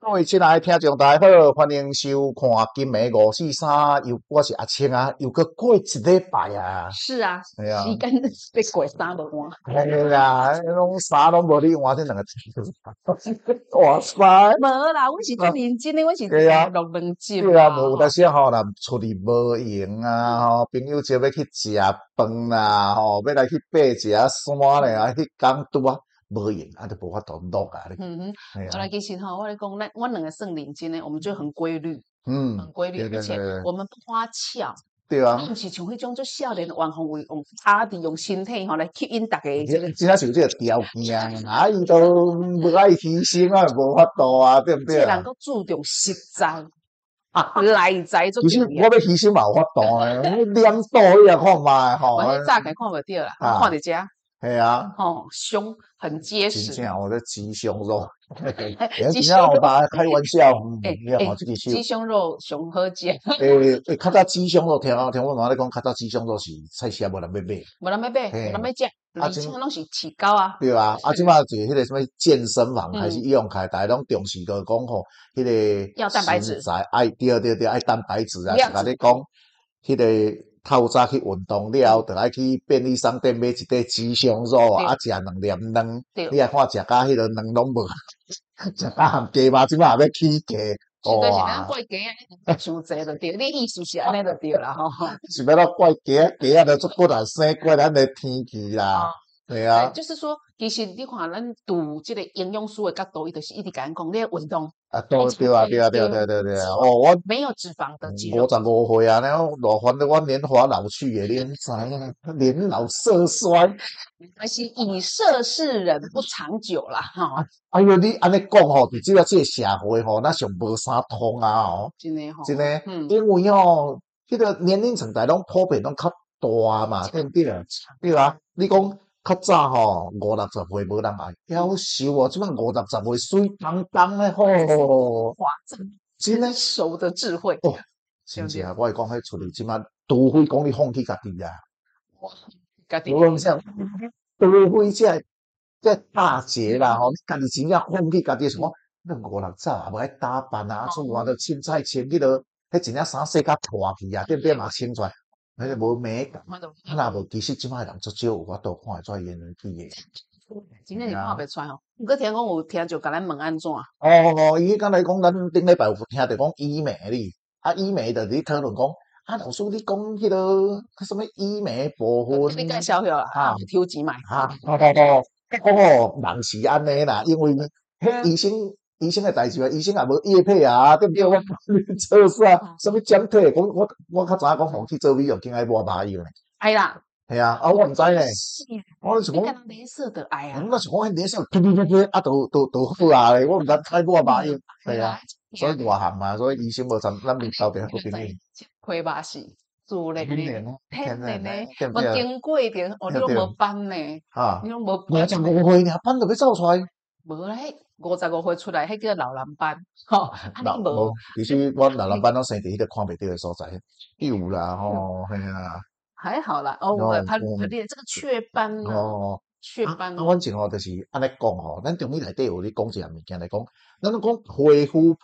各位亲爱的听众，大家好，欢迎收看今暝543，我是阿青啊，又搁过一礼拜啊。 是啊， 哎呀， 时间被过三都换。 哎呀，拢衫拢无你换，这两个哇塞！ 无啦，阮是最认真的，阮是对啊， 录两集对啊， 啦。 无有当时吼，若出去无闲啊，吼，朋友招要去食饭啦，吼，要来去爬一下山咧啊，迄工拄啊无闲，啊，就无法度录啊。哎呀， 后来其实哈，我跟你讲，我两个算认真的，我们就很规律，很规律， 对而且我们不花俏。 对啊。 毋是像迄种做少年网红用差的用身体吼来吸引大家。 真正是有这个条件啊，伊都无爱牺牲啊，无法度啊，对不对啊？ 这人都注重实在啊，内在做重要。 其实我要牺牲嘛有法度诶，脸倒你也看卖吼。 我迄早起看袂着啦，我看着遮。 系啊， 哦，胸很结实。 真正我的鸡胸肉， 鸡真正我爸开玩笑，你要这个鸡胸肉上好食。 较早鸡胸肉，听我妈咧讲，较早鸡胸肉是菜市无人要买， 无人要买，无人要食，而且拢是饲狗啊。 对啊，即摆就是迄个什么健身房开始用开，大家拢重视着讲吼，迄个要蛋白质， 对，爱蛋白质啊，是甲你讲，迄个透早去运动了，就爱去便利商店买一块鸡胸肉，啊，食2粒卵，你啊看食甲迄个卵拢无，食甲含鸡肉，即摆也要起价。 绝对是咱怪鸡啊，伤济就对，你意思是安尼就对啦吼。 是要怪鸡仔就足骨啊生过咱的天气啦。对啊， 就是说，其实你看咱读这个营养师的角度，伊就是一直甲咱讲，你要运动。 对啊，哦，我没有脂肪的肌肉。 55岁啊，然后反正我年华老去也，你知啊，年老色衰。 但是以色事人不长久啦，哈。 哎呦，你安尼讲吼，就只要这个社会吼，那上无啥通啊吼。 真诶吼， 真诶，因为吼，迄个年龄层大拢普遍拢较大嘛，对不对？对啊，你讲较早吼，50-60岁无人爱，夭寿哦，即摆50-60岁水当当诶吼， 哇， 真诶熟的智慧哦，真正我会讲，迄出去即摆，除非讲你放弃家己啊， 家己无啥，除非这大节啦吼，你家己真正放弃家己想讲，那50-60也无爱打扮啊，出外头凊彩穿迄落，迄真正衫洗甲脱去啊，对不对嘛？穿出来，迄个无美感。若无，其实即摆人足少有法度看会出来演员去诶。 真正是看袂出来吼。毋过听讲有听就甲咱问安怎？ 哦，伊刚才讲，咱顶礼拜有听着讲医美哩，啊，医美的伫讨论讲，啊，老师你讲迄个什么医美部分？ 你介绍下啦，啊，抽钱买。 哦，人是安尼啦，因为医生诶代志啊，医生也无业配啊，对不对？我做啥？什么讲退？我较知影讲，吼去做美容，竟爱抹麻油呢。 哎啦， 系啊，啊我毋知呢。我是讲， 镭射的爱啊。 我是讲，迄镭射，啊，都好啊咧。我毋知爱抹麻油，系啊。所以外行嘛，所以医生无参，咱面到底好边呢？ 亏吧是。自然的，天然的，无对经过一点，哦，你拢无斑呢？你拢无斑。 55岁尔，斑都要走出来。 无啦，迄55岁出来，迄叫老人斑，吼。 无，其实我老人斑拢生伫迄个看袂到诶所在，有啦，吼，系啊。 还好啦，哦，他练这个雀斑呢，雀斑。 反正吼，就是安尼讲吼，咱中医内底有咧讲一样物件来讲，咱讲皮肤，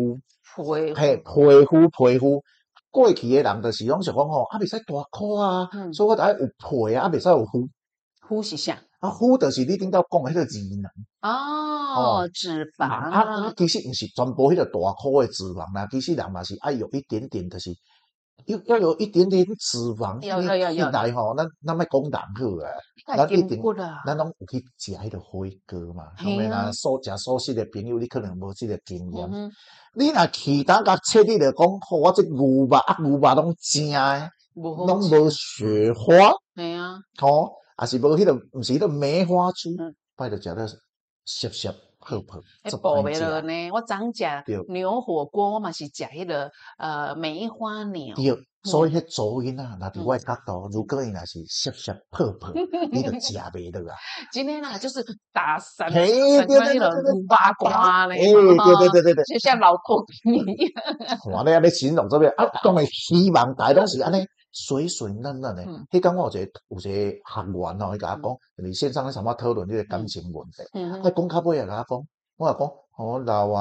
皮肤。过去诶人就是拢想讲吼，啊袂使大箍啊，所以我得有皮啊，袂使有肤。 肤是啥？ 啊，肤就是你顶头讲诶迄个智能。 哦，脂肪啊，其实毋是全部迄个大箍诶脂肪啦，其实人嘛是爱有一点点，就是要有一点点脂肪。 要。 现在吼，咱莫讲人好啊，咱一定，咱拢有去食迄个火锅嘛。当然啦，食素食诶朋友，你可能无即个经验。你若去当甲切，你就讲，我这牛肉拢正诶，拢无雪花。 系啊。 吼，也是无迄个，毋是迄个梅花猪，拜着食了涩泡泡。 补袂落呢，我昨食牛火锅，我嘛是食迄个梅花牛。 对，所以迄噪音啊，若伫我角度，如果伊若是涩泡泡，你就食袂落啊。 今天啦，就是打散对， 迄个牛八卦咧， 对， 就像老豆一样。 哇，你安尼形容做咩？啊，当然希望大家拢是安尼水嫩嫩诶。迄天我有一个学员吼，伊甲我讲，就是线上咧什么讨论迄个感情问题。讲到尾啊，甲我讲，我讲，老啊，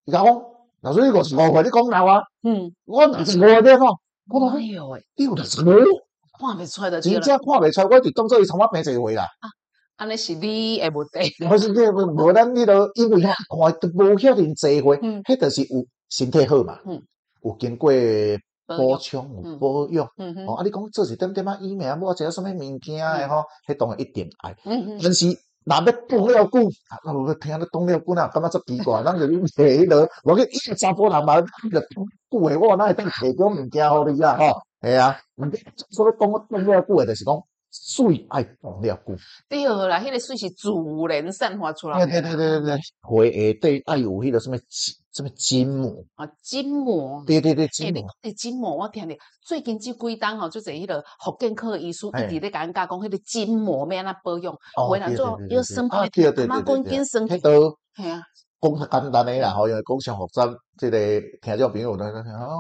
伊甲讲，老师你55岁，你讲老啊？我65对吼，我讲，你有65， 看袂出来就真正看袂出来，我就当做伊参我病一岁啦。 安尼是你诶问题。 我是无咱迄落，因为吼看都无遐尼济岁，迄就是有身体好嘛，有经过补充，有保养。啊，你讲做一点点医美，抹一个什么物件诶吼，迄当然一定爱。但是若要挡了久，我听你挡了久啦，感觉足奇怪。咱就去摕迄落，我去伊查甫人嘛，就久诶，我哪会当摕种物件互你啊？吼，系啊，所以挡了久诶，就是讲。水爱挡了久， 对啦，迄个水是自然散发出来。 对，皮下底爱有迄个什么筋膜啊，筋膜。 对，筋膜。 筋膜我听着，最近这几档吼，就这迄个福建科医师一直咧甲咱教讲，迄个筋膜要安怎保养，为咱做要生歹，阿妈紧生。 迄都系啊。 讲较简单诶啦，吼，因为讲上复杂，这个听众朋友都讲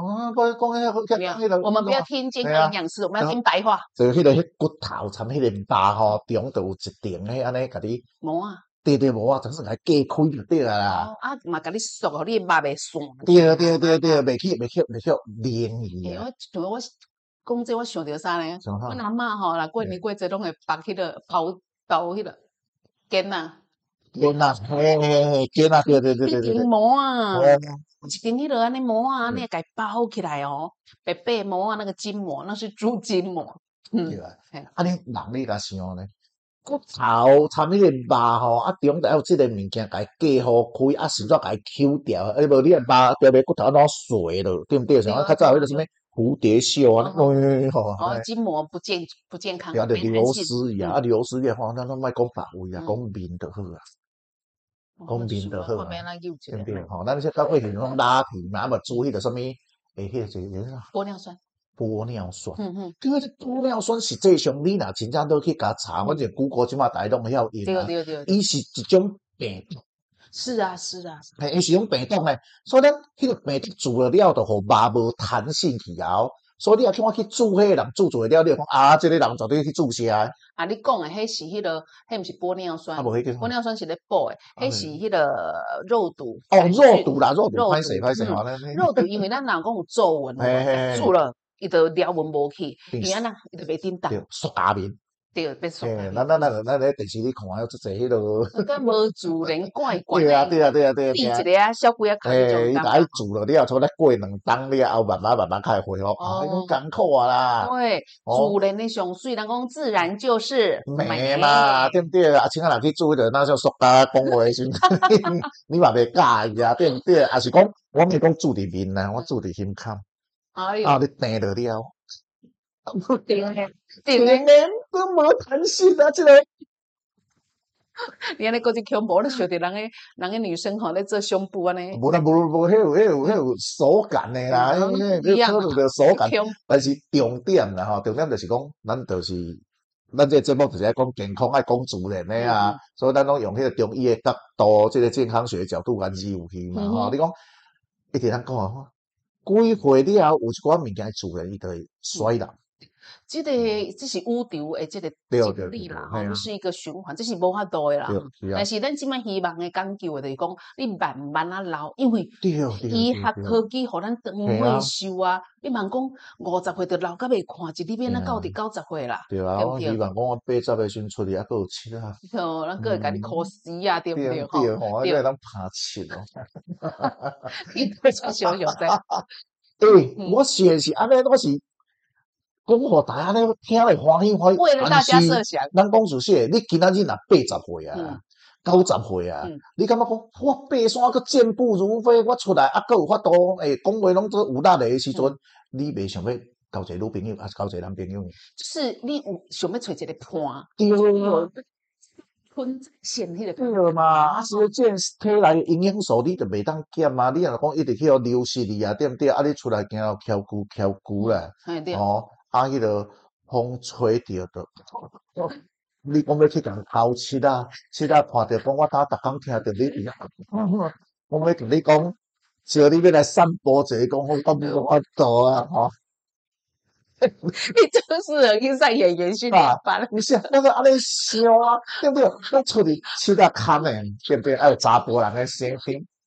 我们不要听健康营养师，我们要听白话。 就迄个骨头参迄个肉吼，中都有一定诶，安尼甲你膜啊。 对，膜啊，就是甲你隔开就对啦。 啊，嘛甲你缩，互你肉袂散。 对，袂去黏去啊。我讲这我想着啥呢？我阿嬷吼，若过年过节拢会绑迄个包迄个肩啊。 肩啊，肩啊，对， 一根膜啊，一根迄落安尼膜啊，安尼甲包起来哦，白膜啊，那个筋膜，那是猪筋膜。 对啊，啊你人你甲想呢？骨头参迄个肉吼，啊中间有即个物件甲伊隔好开，啊甚至甲伊抽掉，啊无你个肉条边骨头拢碎了，对不对？像较早迄个什么蝴蝶袖啊， 筋膜不健康， 对啊，就流失呀，啊流失嘅话，咱莫讲别位啊，讲面就好啊。讲面就好啊，对不对？吼，咱说到过去拢拉皮嘛，啊无煮迄个什么，迄个是玻尿酸。 玻尿酸，因为这玻尿酸实际上你若真正都去甲查，反正谷歌即马大家拢晓用啊。 对， 伊是一种病毒。 是啊。 嘿，伊是种病毒咧，所以咱迄个病毒做了就互肉无弹性去后。所以你若叫我去煮迄个人煮做了，你讲啊，这个人绝对去注射的。 啊，你讲的迄是迄个，迄毋是玻尿酸，玻尿酸是咧补的，迄是迄个肉毒。 肉毒啦，肉毒歹势吼。 肉毒因为咱人讲有皱纹，煮了伊就了纹无去，伊安那伊就袂叮当。 塑胶面。 对，变塑。 咱咧电视里看有即济迄落。 个无自然怪。 对啊。 第一个啊，小鬼啊， 伊甲伊煮了了，从咧过2冬了后，慢慢开恢复。迄种艰苦啊啦。 对，自然的上水，人讲自然就是美嘛，对不对？啊，像人去煮迄个那叫塑胶讲话时，你嘛袂介意啊，对不对？啊是讲，我咪讲煮伫面啊，我煮伫胸口。啊，你订了了。订都无弹性啊！即个， 你安尼讲只恐怖，你想着人个女生吼咧做胸部安尼。 无，迄有手感诶啦，迄个手感。但是重点啦吼，重点就是讲，咱这节目就是爱讲健康，爱讲自然诶啊，所以咱拢用迄个中医诶角度，即个健康学角度来治愈去嘛吼。你讲，一直咱讲啊，几岁了后有一寡物件自然伊就会衰老。 这是宇宙的这个定律啦，吼，是一个循环，这是无法度的啦。但是咱即摆希望的研究的就是讲，你慢慢啊老，因为医学科技互咱长岁寿啊。你莫讲50岁就老甲袂看，一日变咱到伫90岁啦。 对啊，我希望讲我80岁时出去还佫有七啊。 咱佫会甲你考死啊，对不对？ 对吼，对，咱拍七咯。 你都想想在。 对，我是安尼，我是。讲互大家咧听咧欢喜， 为了大家设想， 咱讲就是，你今仔日若80岁啊，90岁啊，你感觉讲我爬山佫健步如飞，我出来啊佫有法度讲话拢做有力的时阵，你袂想要交一个女朋友，还是交一个男朋友呢？ 就是你有想要找一个伴， 对， 吞线迄个对嘛，啊，所以这体内营养素你就袂当减啊，你若讲一直去流失你啊，对不对？啊，你出来行翘久啦，哦。啊，迄个风吹着的，你讲要去共偷七啊，看着讲我逐工听着你，我要跟你讲，叫你要来散步者，讲我无法度啊，吼。 你真适合去上演员训练班。 不是，那个安尼笑啊，对不对？咱出去七啊空诶，对不对？还有查甫人诶身体，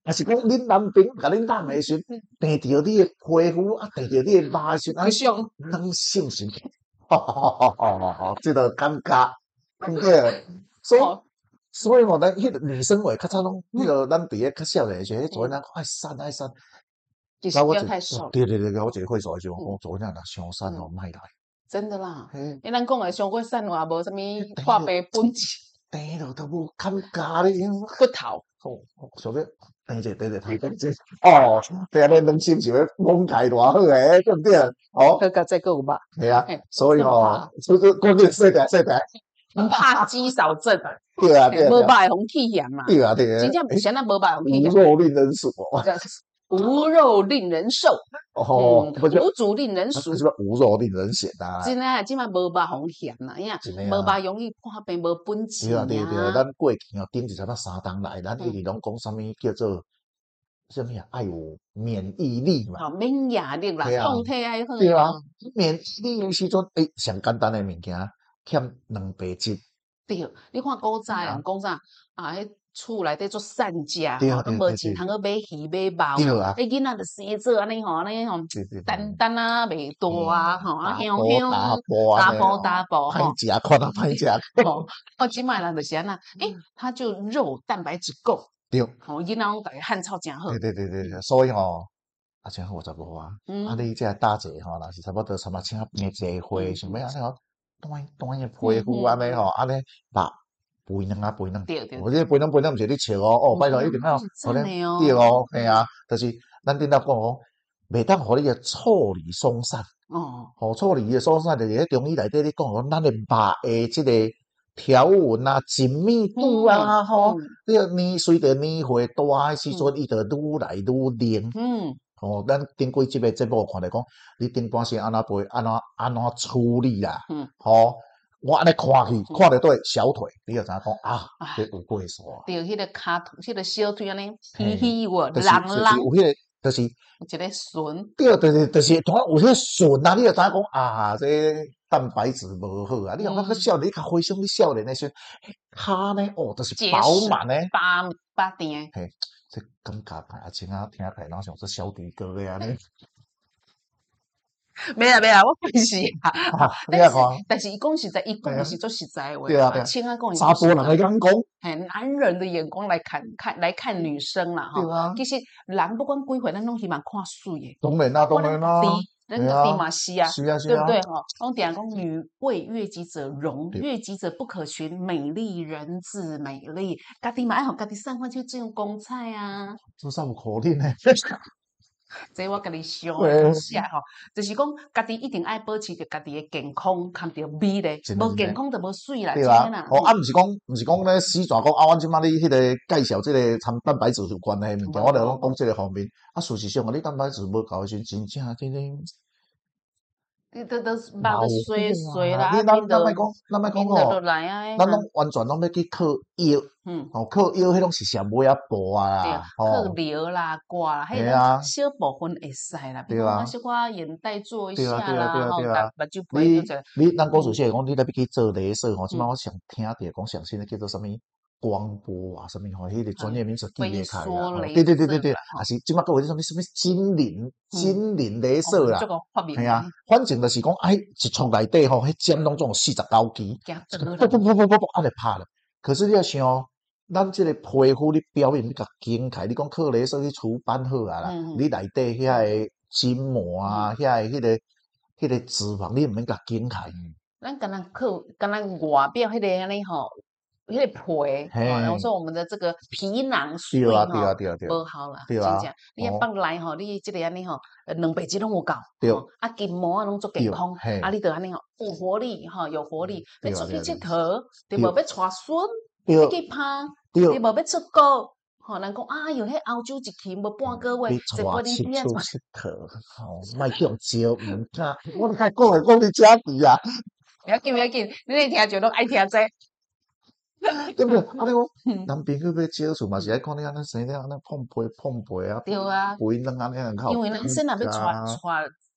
还是讲恁男朋友甲恁弄诶时阵，摕着你诶皮肤啊，摕着你诶肉诶时阵，能性情，这个尴尬，对，所以吼，咱迄个女生话较早拢，迄个咱伫咧较少年诶时阵，做那爱瘦爱瘦。 其实不要太瘦。 对，我一个会做诶时阵，我做那若伤瘦吼，莫来。 真的啦，因咱讲诶伤过瘦话，无啥物破病本钱， 病了都无尴尬咧， 骨头。 想要等者，睇这哦，对啊，你人心想要猛开偌好诶，对不对？哦， 个再个有吧？ 系啊，所以吼，就是关键细点， 怕肌少症。 对啊， 无肉红体炎嘛。 对啊， 真正现在无肉红体炎。 无肉令人熟。 无肉令人瘦，无主令人熟， 无肉令人咸啊！ 真诶，即摆无肉红咸啦，因为无肉容易破病，无本钱啊。 对，咱过去哦，顶一阵3冬来，咱一直拢讲啥物叫做啥物啊？爱有免疫力嘛， 免疫力啦，抗体爱好。 对啊，免疫力诶时阵，上简单诶物件，欠蛋白质。 对，你看古早人讲啥啊？迄厝内底做散食吼，都无钱通去买鱼买肉，迄囡仔就生做安尼吼，安尼吼，单单啊，袂大啊，吼，啊香香大步吼， 歹食看啊歹食。 吼，即摆人就是安那，他就肉蛋白质够， 对， 吼，囡仔拢逐个汉草诚好。 对，所以吼，像55啊，你这大姐吼，若是差不多差不请平济岁，想要安尼吼，端诶皮肤安尼吼，安尼肉。肥卵，我这肥卵毋是你笑哦，拜托一定要，对哦，系啊，就是咱顶头讲哦，袂当互你个处理松散，处理个松散就是喺中医内底你讲讲，咱个肉诶即个条纹啊、紧密度啊，吼，你个随着年岁大诶时阵，伊就愈来愈灵。咱顶几集诶节目看着讲，你顶半时安怎陪安怎处理啦，我安尼看着对小腿，你就知影讲啊，这有过数啊。 对，迄个骹腿，迄个小腿安尼虚虚有就是有迄个，就是一个顺。 对，就是有迄个顺啊，你就知影讲啊，这蛋白质无好啊。你看较少年，你较回想你少年诶时阵，骹呢，就是饱满诶， 巴定。 嘿，这感觉啊，像啊听起来哪像是小弟哥诶安尼。 没啦，我不是啊。但是伊讲实在，伊讲的是做实在话。 对啊， 亲啊，讲查甫人的眼光， 男人的眼光来看女生啦，哈。其实人不管几岁，咱拢希望看水的。 当然啦。 人家弟嘛是啊，对不对？哈，讲点讲女为悦己者容，悦己者不可寻，美丽人自美丽。家己嘛爱互家己散发出这种光彩啊。 做啥有可能呢？ 这我甲你想一下吼，就是讲家己一定爱保持着家己的健康，看着美咧，无健康就无水啦，真诶啦。 毋是讲咧死抓讲阮即摆你迄个介绍即个参蛋白质有关诶物件，我著讲即个方面。事实上你蛋白质无够诶时阵，真正你都肉碎啦， 咱莫讲吼，咱拢完全拢要去靠药，靠药迄种是上尾步啊， 靠疗啦、挂啦，迄种小部分会使啦，比如讲小可眼袋做一下啦，吼，目睭皮你咱古时说讲，你若要去做镭射吼，即摆我常听着讲上新的叫做啥物？光波啊，什么吼，迄个专业名词记袂开啊。对，啊是即摆个有迄什么精灵镭射啦，系啊，反正就是讲，一创内底吼，迄针拢总有49支，不，安尼拍了。可是你要想，咱即个皮肤你表面你甲剪开，你讲靠镭射去除斑好啊啦，你内底遐个筋膜啊，遐个迄个脂肪，你毋免甲剪开。 咱敢若外表迄个安尼吼。迄个皮，然后说我们的这个皮囊水吼，无好啦，真正。你要放来吼，你即个安尼吼，蛋白质拢有够，筋膜啊拢足健康，你着安尼吼，有活力吼，有活力。要出去佚佗，对无？要带孙，要去拍，对无？要出国，吼，人讲哎哟，迄欧洲一去无半个月， 一半年边出佚佗，吼，莫叫招唔敢。我都甲讲你假皮啊。 不要紧，你咧听就拢爱听这。 对不对？你讲男朋友要接触嘛，是爱看你安尼生了安尼碰背啊， 对啊， 肥卵安尼很好。 因为男生若要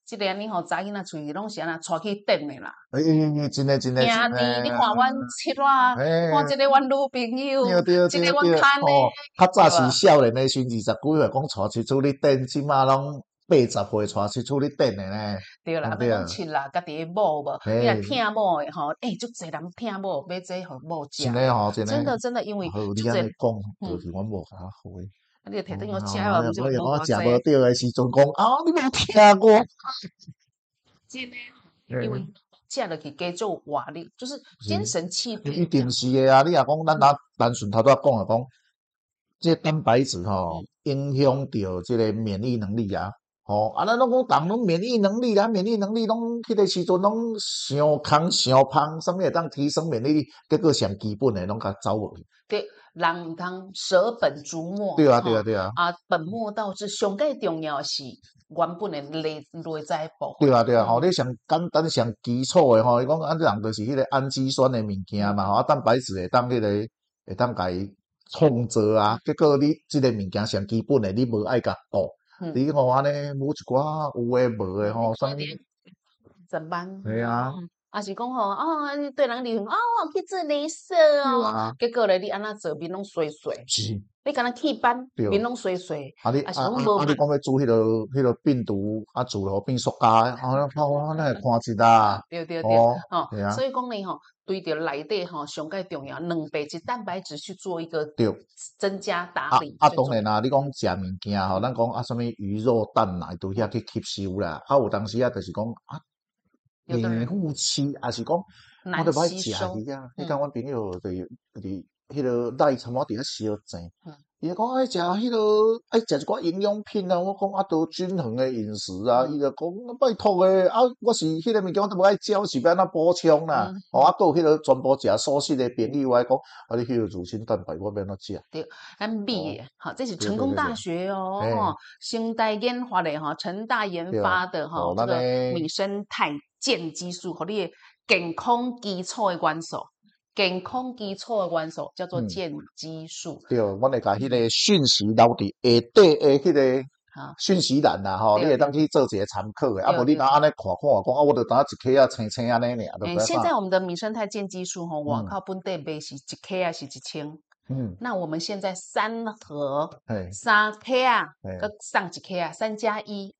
即个安尼吼，查囡仔喙拢是安那带去等的啦。 真诶， 兄弟，你看阮七仔，看即个阮女朋友，即个阮牵诶。 较早是少年诶时阵，20几岁讲带去厝里等，即马拢80岁带去厝里等诶呢。 对啦，要讲七啦，家己诶某无，你若疼某诶吼，足侪人疼某，买这互某食。 真诶吼， 真的，因为你安尼讲，就是阮某甲我好诶。 你摕等我食啊，毋是我食无着诶时阵讲你无听过。 真诶，因为食落去加做活力，就是精神气质。 一定是诶啊！你若讲咱单纯头拄仔讲诶讲，这蛋白质吼影响着即个免疫能力啊。咱拢讲人拢免疫能力拢迄个时阵拢伤空伤胖，啥物会当提升免疫力？结果上基本诶拢甲走落去。 对，人毋通舍本逐末。 对啊。 本末倒置，上介重要是原本诶内在部分。对啊。你上简单上基础诶伊讲咱人就是迄个氨基酸诶物件嘛，蛋白质会当会当甲伊创造啊。结果你即个物件上基本诶，你无爱甲顾。你安尼无一寡有诶无诶啥物？ 怎办？ 系啊。 是讲你对人离婚我去做镭射结果咧你安怎做面拢衰衰。 是。 你敢若去斑面拢衰衰。 你讲要煮迄个病毒煮了变塑胶那会看一啦。 对。所以讲呢对着内底上介重要，2倍质蛋白质去做一个增加打理。 当然啦，你讲食物件咱讲啥物鱼肉蛋奶都遐去吸收啦。有当时就是讲平腹期，也是讲我都歹食鱼啊。你看阮朋友就是迄个赖参我伫遐烧钱。伊讲爱食迄个爱食一寡营养品啊，我讲都均衡诶饮食啊。伊就讲拜托诶我是迄个物件我都无爱食，是要安怎补充啦？还有迄个全部食素食诶朋友，我讲你迄个乳清蛋白我要安怎食？ 对，咱米这是成功大学清代研发的成大研发的这个米生态健激素，互你健康基础的元素。健康基础的元素叫做健激素。 对，阮会甲迄个讯息留伫下底的迄个讯息栏啦，你会当去做一个参考的。无你当安尼看，讲我就当一颗青青安尼尔。 现在我们的米生态健激素外口本地卖是1颗是1000。那我们现在3盒，3颗搁送1颗3+1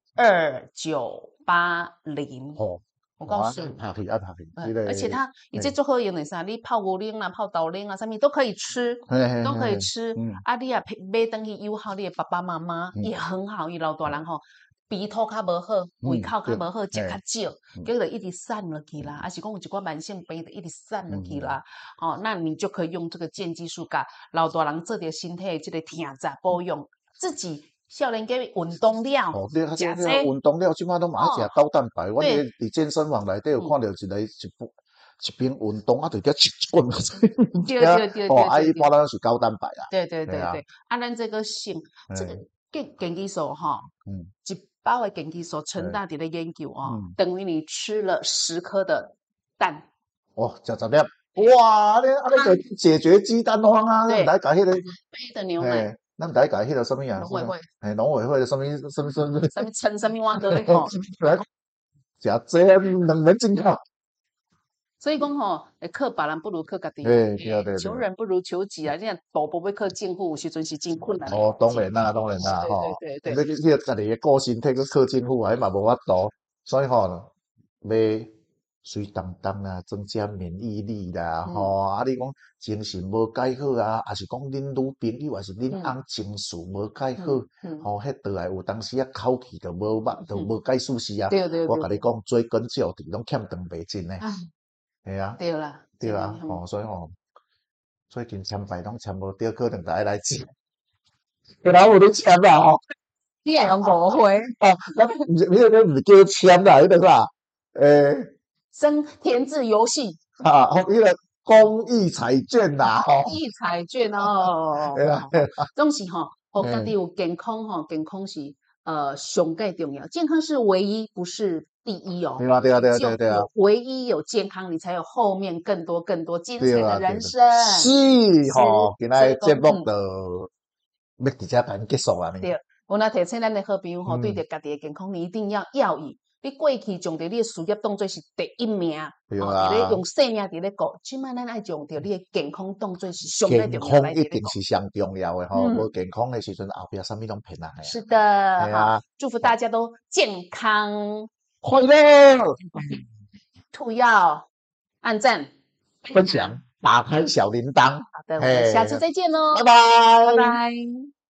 2980。我告诉你，而且它这做好用的啥？你泡牛奶啦、泡豆奶啊，上面都可以吃，都可以吃。你也买等去友好你的爸爸妈妈也很好。伊老大人鼻土较无好，胃口较无好，食较少，结果一直散落去啦。是讲有一寡慢性病的一直散落去啦。那你就可以用这个健激素甲老大人做着身体这个疼杂保养，自己。少年家运动了，食这运动了，即摆拢嘛爱食高蛋白。我伫健身房内底有看到一边运动就叫一棍。 对。 伊般咱是高蛋白啦。 对。咱这个这个健激素1包的健激素，成大伫咧研究等于你吃了10颗的蛋。 食10粒，哇！你就解决鸡蛋荒啊！ 对， 来搞迄个杯的牛奶。 咱毋知甲迄个什么啊？农委会的什么称什么碗糕咧吼？ 食这2门进口。 所以讲靠别人不如靠家己。求人不如求己啊！你若大部要靠政府，有时阵是真困难。 当然啦。 对。 你家己的个性体去靠政府，迄嘛无法度。所以要水当当啊，增加免疫力啦，你讲精神无介好啊，也是讲恁女朋友，也是恁翁情绪无介好，迄倒来有当时口气就无介舒适啊。我甲你讲，追根究底，拢欠长白针诶。系啊。 对啦。 所以最近签牌拢签无着，可能就爱来治。哪有咧签啦？ 你也用误会你毋叫签啦，迄个啥？ 填字游戏迄个公益彩券啦， 公益彩券总是互家己有健康健康是上介重要，健康是唯一，不是第一哦。 对啊。 唯一有健康，你才有后面更多精彩的人生。 是今仔节目就要直接谈结束啊。 对，我那提醒咱的好朋友对着家己的健康，你一定要以你过去将着你的事业当做是第一名， 对啊， 伫咧用生命伫咧过，即摆咱爱将着你的健康当做是上健康一重要定是上重要的吼，无健康的时阵后壁啥物拢骗人的。 是的，好，祝福大家都健康快乐， 涂药按赞分享，打开小铃铛。 好的，我们下次再见喽， 拜拜， 拜拜。